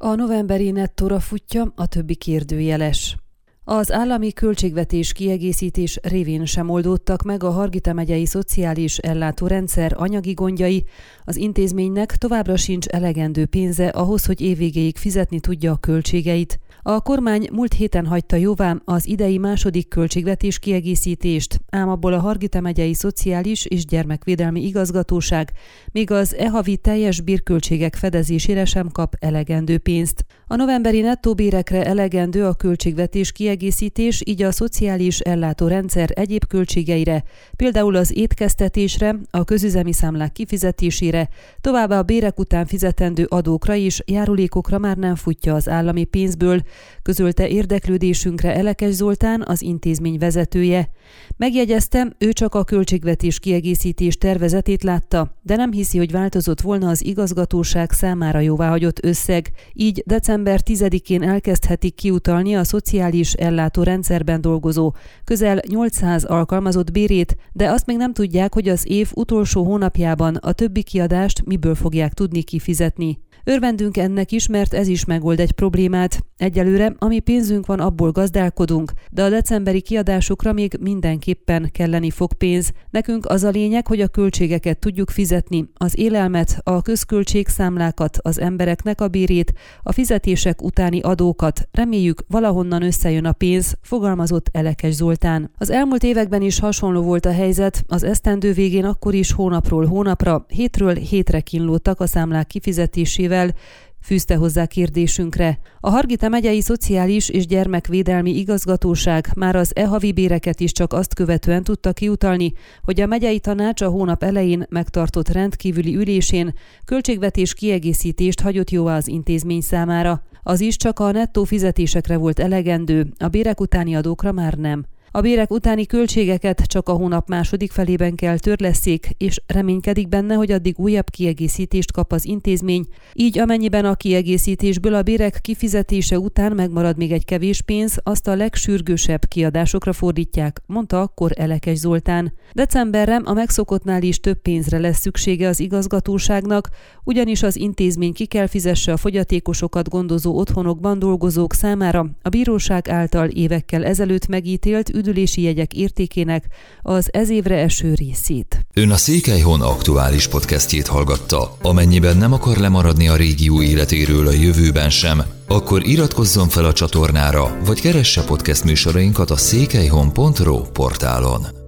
A novemberi nettóra futja, a többi kérdőjeles. Az állami költségvetés kiegészítés révén sem oldódtak meg a Hargita megyei szociális ellátórendszer anyagi gondjai, az intézménynek továbbra sincs elegendő pénze ahhoz, hogy évvégéig fizetni tudja a költségeit. A kormány múlt héten hagyta jóvá az idei második költségvetés kiegészítést, ám abból a Hargita megyei Szociális és Gyermekvédelmi Igazgatóság még az havi teljes bérköltségek fedezésére sem kap elegendő pénzt. A novemberi nettó bérekre elegendő a költségvetés kiegészítés, így a szociális ellátórendszer egyéb költségeire, például az étkeztetésre, a közüzemi számlák kifizetésére, továbbá a bérek után fizetendő adókra és járulékokra már nem futja az állami pénzből, közölte érdeklődésünkre Elekes Zoltán, az intézmény vezetője. Megjegyezte, ő csak a költségvetés kiegészítés tervezetét látta, de nem hiszi, hogy változott volna az igazgatóság számára jóváhagyott összeg, így december 10-én elkezdhetik kiutalni a szociális ellátórendszerben dolgozó közel 800 alkalmazott bérét, de azt még nem tudják, hogy az év utolsó hónapjában a többi kiadást miből fogják tudni kifizetni. Örvendünk ennek is, mert ez is megold egy problémát. Egyelőre, ami pénzünk van, abból gazdálkodunk, de a decemberi kiadásokra még mindenképpen kelleni fog pénz. Nekünk az a lényeg, hogy a költségeket tudjuk fizetni, az élelmet, a közköltségszámlákat, az embereknek a bérét, a fizetések utáni adókat. Reméljük, valahonnan összejön a pénz, fogalmazott Elekes Zoltán. Az elmúlt években is hasonló volt a helyzet, az esztendő végén akkor is hónapról hónapra, hétről hétre kínlódtak a számlák kifizetésével, fűzte hozzá kérdésünkre. A Hargita megyei Szociális és Gyermekvédelmi Igazgatóság már az havi béreket is csak azt követően tudta kiutalni, hogy a megyei tanács a hónap elején megtartott rendkívüli ülésén költségvetés kiegészítést hagyott jóvá az intézmény számára. Az is csak a nettó fizetésekre volt elegendő, a bérek utáni adókra már nem. A bérek utáni költségeket csak a hónap második felében kell törlesszék, és reménykedik benne, hogy addig újabb kiegészítést kap az intézmény, így amennyiben a kiegészítésből a bérek kifizetése után megmarad még egy kevés pénz, azt a legsürgősebb kiadásokra fordítják, mondta akkor Elekes Zoltán. Decemberre a megszokottnál is több pénzre lesz szüksége az igazgatóságnak, ugyanis az intézmény ki kell fizesse a fogyatékosokat gondozó otthonokban dolgozók számára a bíróság által évekkel ezelőtt megítélt üdülési jegyek értékének az ez évre eső részét. Ön a Székelyhon aktuális podcastjét hallgatta. Amennyiben nem akar lemaradni a régió életéről a jövőben sem, akkor iratkozzon fel a csatornára, vagy keresse podcast műsorainkat a székelyhon.ro portálon.